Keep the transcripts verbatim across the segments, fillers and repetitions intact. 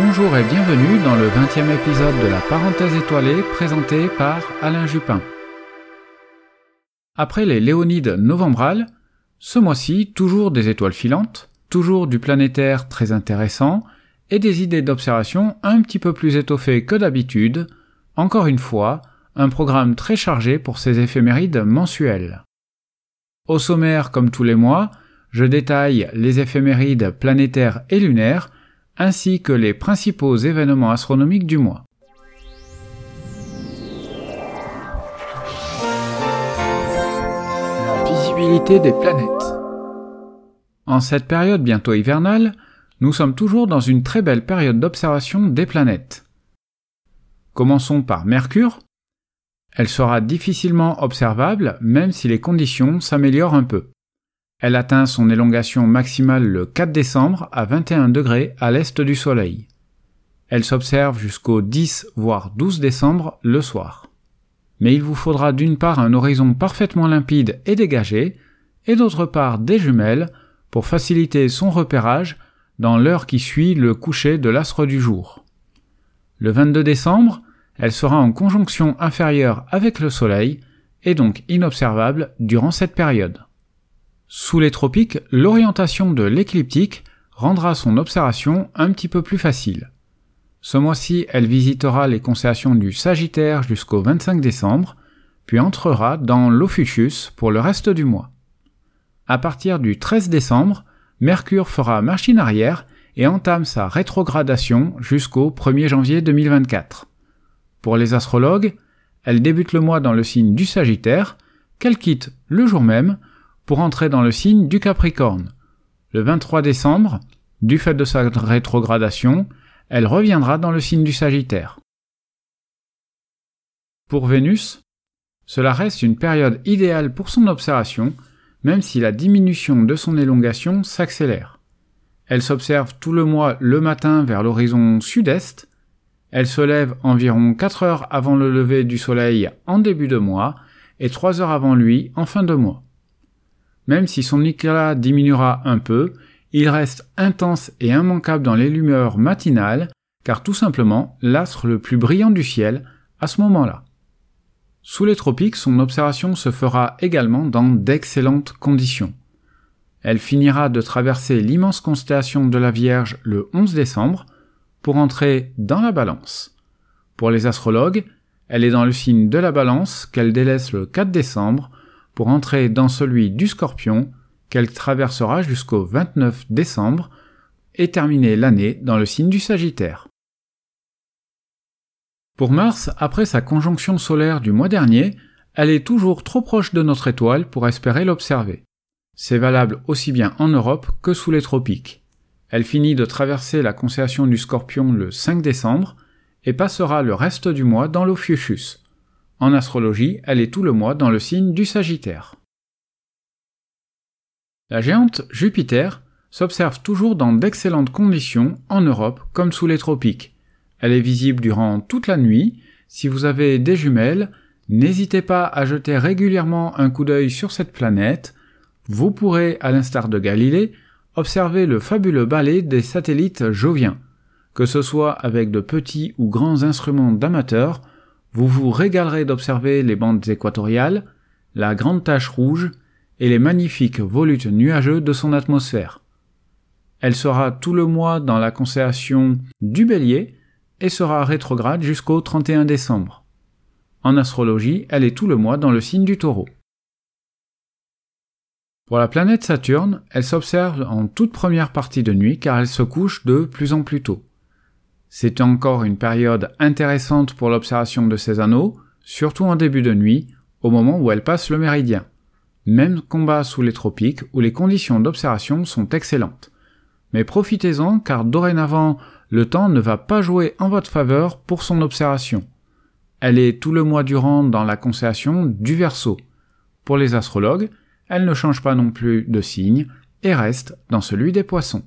Bonjour et bienvenue dans le vingtième épisode de la parenthèse étoilée présenté par Alain Jupin. Après les Léonides novembrales, ce mois-ci, toujours des étoiles filantes, toujours du planétaire très intéressant et des idées d'observation un petit peu plus étoffées que d'habitude, encore une fois, un programme très chargé pour ces éphémérides mensuelles. Au sommaire, comme tous les mois, je détaille les éphémérides planétaires et lunaires, ainsi que les principaux événements astronomiques du mois. La visibilité des planètes. En cette période bientôt hivernale, nous sommes toujours dans une très belle période d'observation des planètes. Commençons par Mercure. Elle sera difficilement observable même si les conditions s'améliorent un peu. Elle atteint son élongation maximale le quatre décembre à vingt et un degrés à l'est du Soleil. Elle s'observe jusqu'au dix voire douze décembre le soir. Mais il vous faudra d'une part un horizon parfaitement limpide et dégagé, et d'autre part des jumelles pour faciliter son repérage dans l'heure qui suit le coucher de l'astre du jour. Le vingt-deux décembre, elle sera en conjonction inférieure avec le Soleil et donc inobservable durant cette période. Sous les tropiques, l'orientation de l'écliptique rendra son observation un petit peu plus facile. Ce mois-ci, elle visitera les constellations du Sagittaire jusqu'au vingt-cinq décembre, puis entrera dans l'Ophiuchus pour le reste du mois. À partir du treize décembre, Mercure fera machine arrière et entame sa rétrogradation jusqu'au premier janvier deux mille vingt-quatre. Pour les astrologues, elle débute le mois dans le signe du Sagittaire, qu'elle quitte le jour même, pour entrer dans le signe du Capricorne. Le vingt-trois décembre, du fait de sa rétrogradation, elle reviendra dans le signe du Sagittaire. Pour Vénus, cela reste une période idéale pour son observation, même si la diminution de son élongation s'accélère. Elle s'observe tout le mois le matin vers l'horizon sud-est, elle se lève environ quatre heures avant le lever du soleil en début de mois et trois heures avant lui en fin de mois. Même si son éclat diminuera un peu, il reste intense et immanquable dans les lumières matinales, car tout simplement l'astre le plus brillant du ciel à ce moment-là. Sous les tropiques, son observation se fera également dans d'excellentes conditions. Elle finira de traverser l'immense constellation de la Vierge le onze décembre pour entrer dans la Balance. Pour les astrologues, elle est dans le signe de la Balance qu'elle délaisse le quatre décembre pour entrer dans celui du Scorpion qu'elle traversera jusqu'au vingt-neuf décembre et terminer l'année dans le signe du Sagittaire. Pour Mars, après sa conjonction solaire du mois dernier, elle est toujours trop proche de notre étoile pour espérer l'observer. C'est valable aussi bien en Europe que sous les tropiques. Elle finit de traverser la constellation du Scorpion le cinq décembre et passera le reste du mois dans l'Ophiuchus. En astrologie, elle est tout le mois dans le signe du Sagittaire. La géante Jupiter s'observe toujours dans d'excellentes conditions en Europe comme sous les tropiques. Elle est visible durant toute la nuit. Si vous avez des jumelles, n'hésitez pas à jeter régulièrement un coup d'œil sur cette planète. Vous pourrez, à l'instar de Galilée, observer le fabuleux ballet des satellites joviens. Que ce soit avec de petits ou grands instruments d'amateurs, vous vous régalerez d'observer les bandes équatoriales, la grande tache rouge et les magnifiques volutes nuageux de son atmosphère. Elle sera tout le mois dans la constellation du Bélier et sera rétrograde jusqu'au trente et un décembre. En astrologie, elle est tout le mois dans le signe du Taureau. Pour la planète Saturne, elle s'observe en toute première partie de nuit car elle se couche de plus en plus tôt. C'est encore une période intéressante pour l'observation de ces anneaux, surtout en début de nuit, au moment où elle passe le méridien. Même combat sous les tropiques où les conditions d'observation sont excellentes. Mais profitez-en car dorénavant, le temps ne va pas jouer en votre faveur pour son observation. Elle est tout le mois durant dans la constellation du Verseau. Pour les astrologues, elle ne change pas non plus de signe et reste dans celui des Poissons.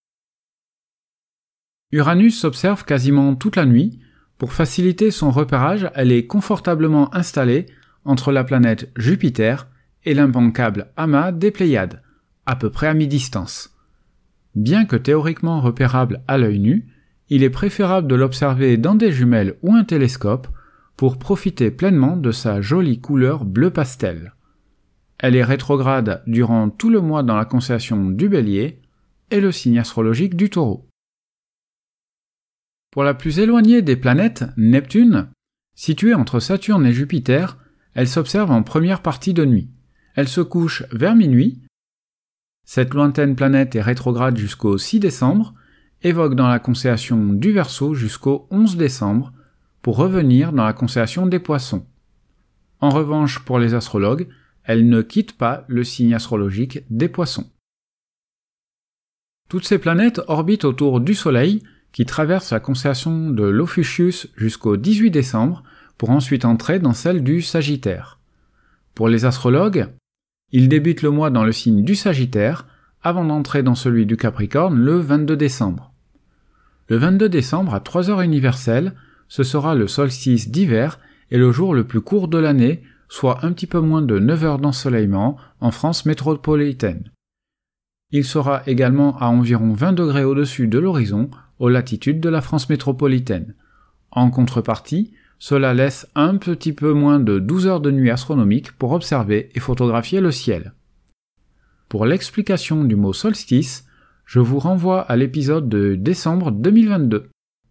Uranus s'observe quasiment toute la nuit. Pour faciliter son repérage, elle est confortablement installée entre la planète Jupiter et l'immanquable amas des Pléiades, à peu près à mi-distance. Bien que théoriquement repérable à l'œil nu, il est préférable de l'observer dans des jumelles ou un télescope pour profiter pleinement de sa jolie couleur bleu pastel. Elle est rétrograde durant tout le mois dans la constellation du Bélier et le signe astrologique du Taureau. Pour la plus éloignée des planètes, Neptune, située entre Saturne et Jupiter, elle s'observe en première partie de nuit. Elle se couche vers minuit. Cette lointaine planète est rétrograde jusqu'au six décembre, évoque dans la constellation du Verseau jusqu'au onze décembre, pour revenir dans la constellation des Poissons. En revanche, pour les astrologues, elle ne quitte pas le signe astrologique des Poissons. Toutes ces planètes orbitent autour du Soleil, qui traverse la constellation de l'Ophiuchus jusqu'au dix-huit décembre, pour ensuite entrer dans celle du Sagittaire. Pour les astrologues, ils débutent le mois dans le signe du Sagittaire, avant d'entrer dans celui du Capricorne le vingt-deux décembre. Le vingt-deux décembre à trois heures universelles, ce sera le solstice d'hiver et le jour le plus court de l'année, soit un petit peu moins de neuf heures d'ensoleillement en France métropolitaine. Il sera également à environ vingt degrés au-dessus de l'horizon, aux latitudes de la France métropolitaine. En contrepartie, cela laisse un petit peu moins de douze heures de nuit astronomique pour observer et photographier le ciel. Pour l'explication du mot solstice, je vous renvoie à l'épisode de décembre deux mille vingt-deux.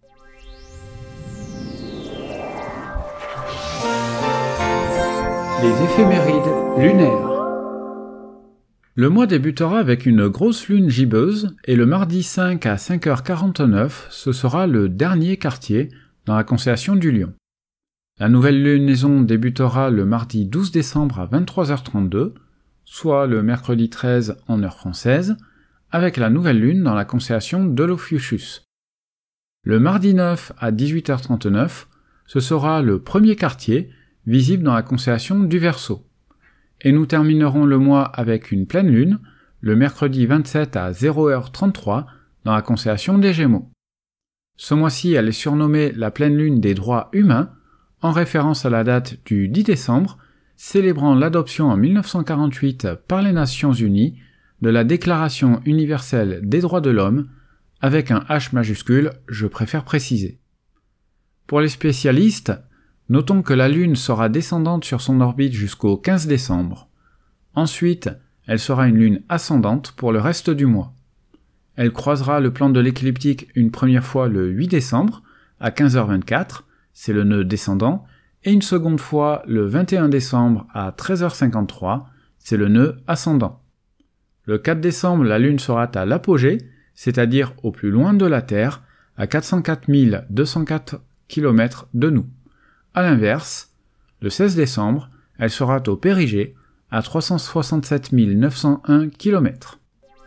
Les éphémérides lunaires. Le mois débutera avec une grosse lune gibbeuse et le mardi cinq à cinq heures quarante-neuf, ce sera le dernier quartier dans la constellation du Lion. La nouvelle lunaison débutera le mardi douze décembre à vingt-trois heures trente-deux, soit le mercredi treize en heure française, avec la nouvelle lune dans la constellation de l'Ophiuchus. Le mardi neuf à dix-huit heures trente-neuf, ce sera le premier quartier visible dans la constellation du Verseau. Et nous terminerons le mois avec une pleine lune, le mercredi vingt-sept à zéro heure trente-trois, dans la constellation des Gémeaux. Ce mois-ci, elle est surnommée la pleine lune des droits humains, en référence à la date du dix décembre, célébrant l'adoption en mille neuf cent quarante-huit par les Nations Unies de la Déclaration universelle des droits de l'homme, avec un H majuscule, je préfère préciser. Pour les spécialistes, notons que la Lune sera descendante sur son orbite jusqu'au quinze décembre. Ensuite, elle sera une Lune ascendante pour le reste du mois. Elle croisera le plan de l'écliptique une première fois le huit décembre, à quinze heures vingt-quatre, c'est le nœud descendant, et une seconde fois le vingt et un décembre à treize heures cinquante-trois, c'est le nœud ascendant. Le quatre décembre, la Lune sera à l'apogée, c'est-à-dire au plus loin de la Terre, à quatre cent quatre mille deux cent quatre kilomètres de nous. A l'inverse, le seize décembre, elle sera au périgée, à trois cent soixante-sept mille neuf cent un kilomètres.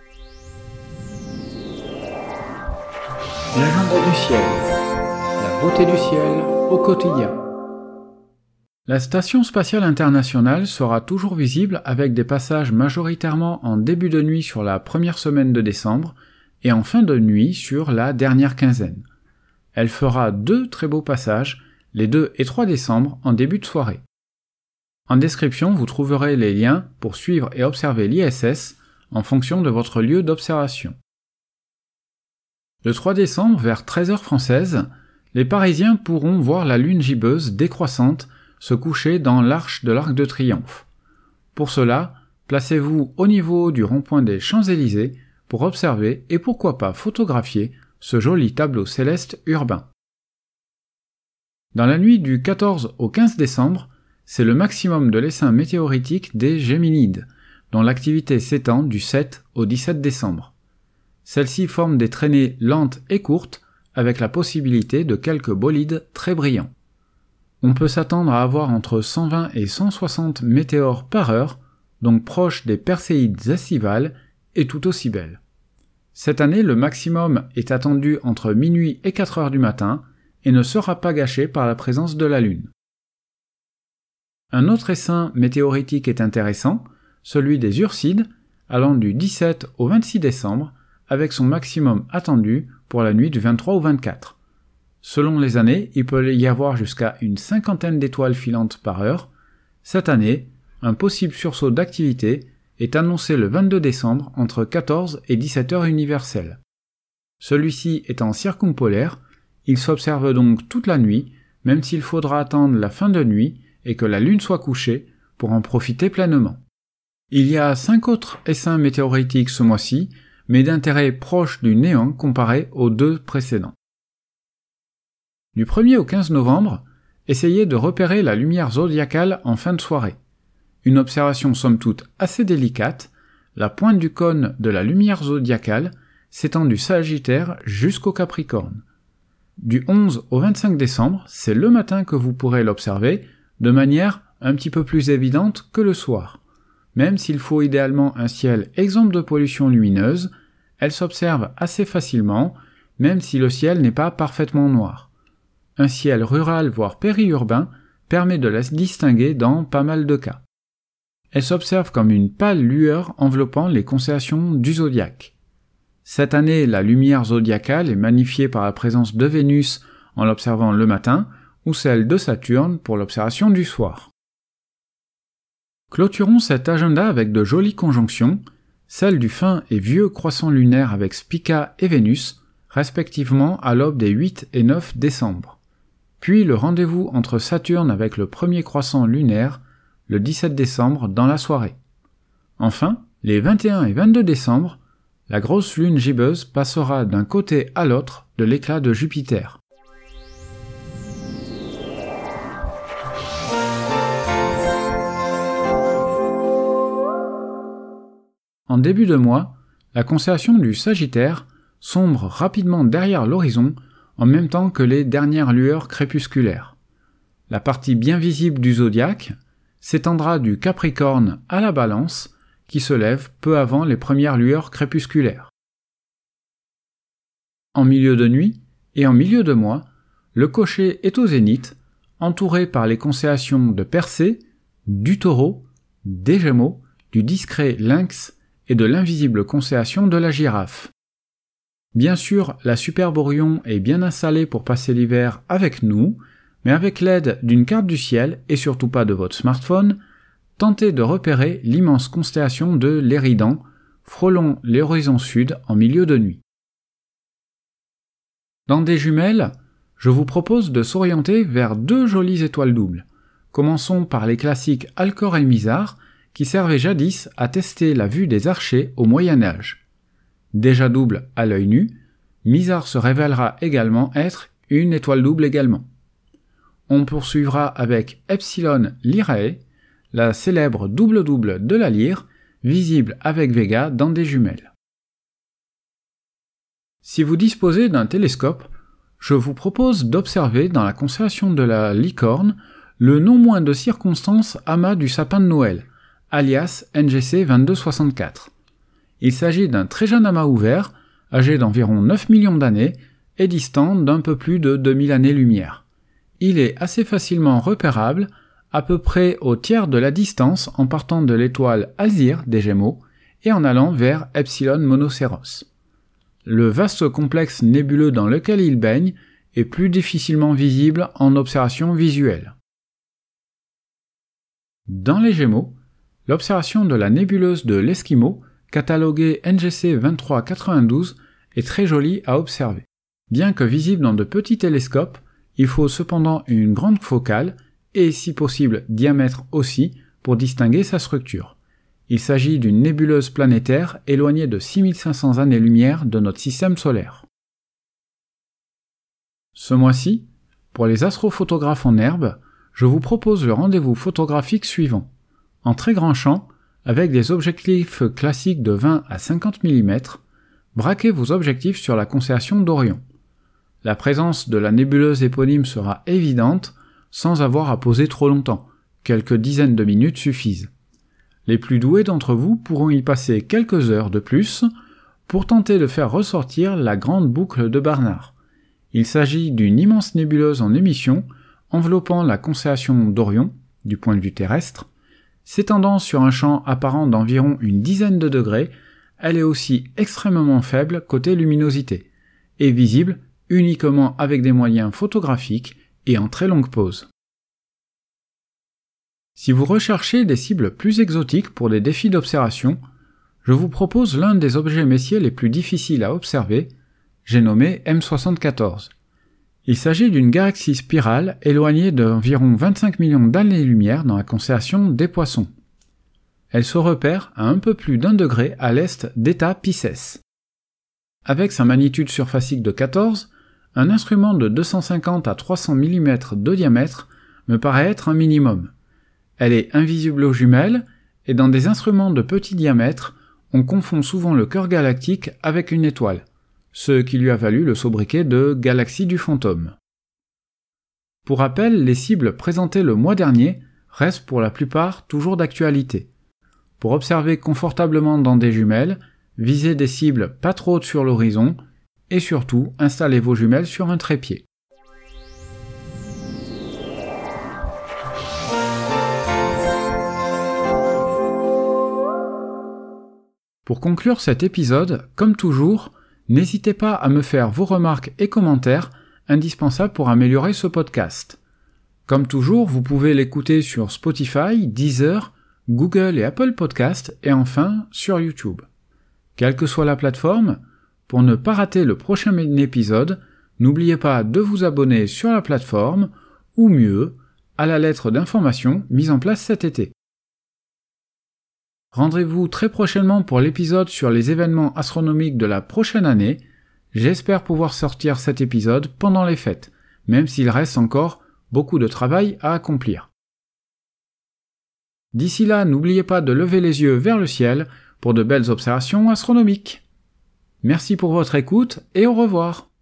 L'agenda du ciel. La beauté du ciel au quotidien. La Station spatiale internationale sera toujours visible avec des passages majoritairement en début de nuit sur la première semaine de décembre et en fin de nuit sur la dernière quinzaine. Elle fera deux très beaux passages les deux et trois décembre en début de soirée. En description, vous trouverez les liens pour suivre et observer l'I S S en fonction de votre lieu d'observation. Le trois décembre, vers treize heures française, les Parisiens pourront voir la lune gibbeuse décroissante se coucher dans l'arche de l'Arc de Triomphe. Pour cela, placez-vous au niveau du rond-point des Champs-Élysées pour observer et pourquoi pas photographier ce joli tableau céleste urbain. Dans la nuit du quatorze au quinze décembre, c'est le maximum de l'essaim météoritique des Géminides, dont l'activité s'étend du sept au dix-sept décembre. Celles-ci forment des traînées lentes et courtes, avec la possibilité de quelques bolides très brillants. On peut s'attendre à avoir entre cent vingt et cent soixante météores par heure, donc proches des Perséides estivales et tout aussi belles. Cette année, le maximum est attendu entre minuit et quatre heures du matin et ne sera pas gâché par la présence de la Lune. Un autre essaim météoritique est intéressant, celui des Ursides, allant du dix-sept au vingt-six décembre, avec son maximum attendu pour la nuit du vingt-trois au vingt-quatre. Selon les années, il peut y avoir jusqu'à une cinquantaine d'étoiles filantes par heure. Cette année, un possible sursaut d'activité est annoncé le vingt-deux décembre entre quatorze et dix-sept heures universelles. Celui-ci étant circumpolaire, il s'observe donc toute la nuit, même s'il faudra attendre la fin de nuit et que la Lune soit couchée pour en profiter pleinement. Il y a cinq autres essaims météoritiques ce mois-ci, mais d'intérêt proche du néant comparé aux deux précédents. Du premier au quinze novembre, essayez de repérer la lumière zodiacale en fin de soirée. Une observation somme toute assez délicate, la pointe du cône de la lumière zodiacale s'étend du Sagittaire jusqu'au Capricorne. Du onze au vingt-cinq décembre, c'est le matin que vous pourrez l'observer, de manière un petit peu plus évidente que le soir. Même s'il faut idéalement un ciel exempt de pollution lumineuse, elle s'observe assez facilement, même si le ciel n'est pas parfaitement noir. Un ciel rural voire périurbain permet de la distinguer dans pas mal de cas. Elle s'observe comme une pâle lueur enveloppant les constellations du zodiaque. Cette année, la lumière zodiacale est magnifiée par la présence de Vénus en l'observant le matin, ou celle de Saturne pour l'observation du soir. Clôturons cet agenda avec de jolies conjonctions, celle du fin et vieux croissant lunaire avec Spica et Vénus, respectivement à l'aube des huit et neuf décembre. Puis le rendez-vous entre Saturne avec le premier croissant lunaire, le dix-sept décembre dans la soirée. Enfin, les vingt et un et vingt-deux décembre, la grosse lune gibbeuse passera d'un côté à l'autre de l'éclat de Jupiter. En début de mois, la constellation du Sagittaire sombre rapidement derrière l'horizon en même temps que les dernières lueurs crépusculaires. La partie bien visible du zodiaque s'étendra du Capricorne à la Balance, qui se lève peu avant les premières lueurs crépusculaires. En milieu de nuit et en milieu de mois, le Cocher est au zénith, entouré par les constellations de Persée, du Taureau, des Gémeaux, du discret Lynx et de l'invisible constellation de la Girafe. Bien sûr, la superbe Orion est bien installée pour passer l'hiver avec nous, mais avec l'aide d'une carte du ciel et surtout pas de votre smartphone, tentez de repérer l'immense constellation de l'Éridan, frôlant l'horizon sud en milieu de nuit. Dans des jumelles, je vous propose de s'orienter vers deux jolies étoiles doubles. Commençons par les classiques Alcor et Mizar, qui servaient jadis à tester la vue des archers au Moyen-Âge. Déjà double à l'œil nu, Mizar se révélera également être une étoile double également. On poursuivra avec Epsilon Lyrae, la célèbre double-double de la lyre, visible avec Vega dans des jumelles. Si vous disposez d'un télescope, je vous propose d'observer dans la constellation de la Licorne le non moins de circonstance amas du sapin de Noël, alias N G C vingt-deux soixante-quatre. Il s'agit d'un très jeune amas ouvert, âgé d'environ neuf millions d'années et distant d'un peu plus de deux mille années-lumière. Il est assez facilement repérable, à peu près au tiers de la distance en partant de l'étoile Alzire des Gémeaux et en allant vers Epsilon Monoceros. Le vaste complexe nébuleux dans lequel il baigne est plus difficilement visible en observation visuelle. Dans les Gémeaux, l'observation de la nébuleuse de l'Esquimau, cataloguée N G C vingt-trois quatre-vingt-douze, est très jolie à observer. Bien que visible dans de petits télescopes, il faut cependant une grande focale et, si possible, diamètre aussi, pour distinguer sa structure. Il s'agit d'une nébuleuse planétaire éloignée de six mille cinq cents années-lumière de notre système solaire. Ce mois-ci, pour les astrophotographes en herbe, je vous propose le rendez-vous photographique suivant. En très grand champ, avec des objectifs classiques de vingt à cinquante millimètres, braquez vos objectifs sur la constellation d'Orion. La présence de la nébuleuse éponyme sera évidente, sans avoir à poser trop longtemps, quelques dizaines de minutes suffisent. Les plus doués d'entre vous pourront y passer quelques heures de plus pour tenter de faire ressortir la grande boucle de Barnard. Il s'agit d'une immense nébuleuse en émission, enveloppant la constellation d'Orion, du point de vue terrestre. S'étendant sur un champ apparent d'environ une dizaine de degrés, elle est aussi extrêmement faible côté luminosité, et visible uniquement avec des moyens photographiques et en très longue pause. Si vous recherchez des cibles plus exotiques pour des défis d'observation, je vous propose l'un des objets messiers les plus difficiles à observer, j'ai nommé M soixante-quatorze. Il s'agit d'une galaxie spirale éloignée d'environ vingt-cinq millions d'années-lumière dans la constellation des Poissons. Elle se repère à un peu plus d'un degré à l'est d'Eta Pisces. Avec sa magnitude surfacique de quatorze, un instrument de deux cent cinquante à trois cents millimètres de diamètre me paraît être un minimum. Elle est invisible aux jumelles, et dans des instruments de petit diamètre, on confond souvent le cœur galactique avec une étoile, ce qui lui a valu le sobriquet de « galaxie du fantôme ». Pour rappel, les cibles présentées le mois dernier restent pour la plupart toujours d'actualité. Pour observer confortablement dans des jumelles, visez des cibles pas trop hautes sur l'horizon, et surtout, installez vos jumelles sur un trépied. Pour conclure cet épisode, comme toujours, n'hésitez pas à me faire vos remarques et commentaires indispensables pour améliorer ce podcast. Comme toujours, vous pouvez l'écouter sur Spotify, Deezer, Google et Apple Podcasts et enfin sur YouTube. Quelle que soit la plateforme, pour ne pas rater le prochain épisode, n'oubliez pas de vous abonner sur la plateforme ou mieux, à la lettre d'information mise en place cet été. Rendez-vous très prochainement pour l'épisode sur les événements astronomiques de la prochaine année. J'espère pouvoir sortir cet épisode pendant les fêtes, même s'il reste encore beaucoup de travail à accomplir. D'ici là, n'oubliez pas de lever les yeux vers le ciel pour de belles observations astronomiques. Merci pour votre écoute et au revoir.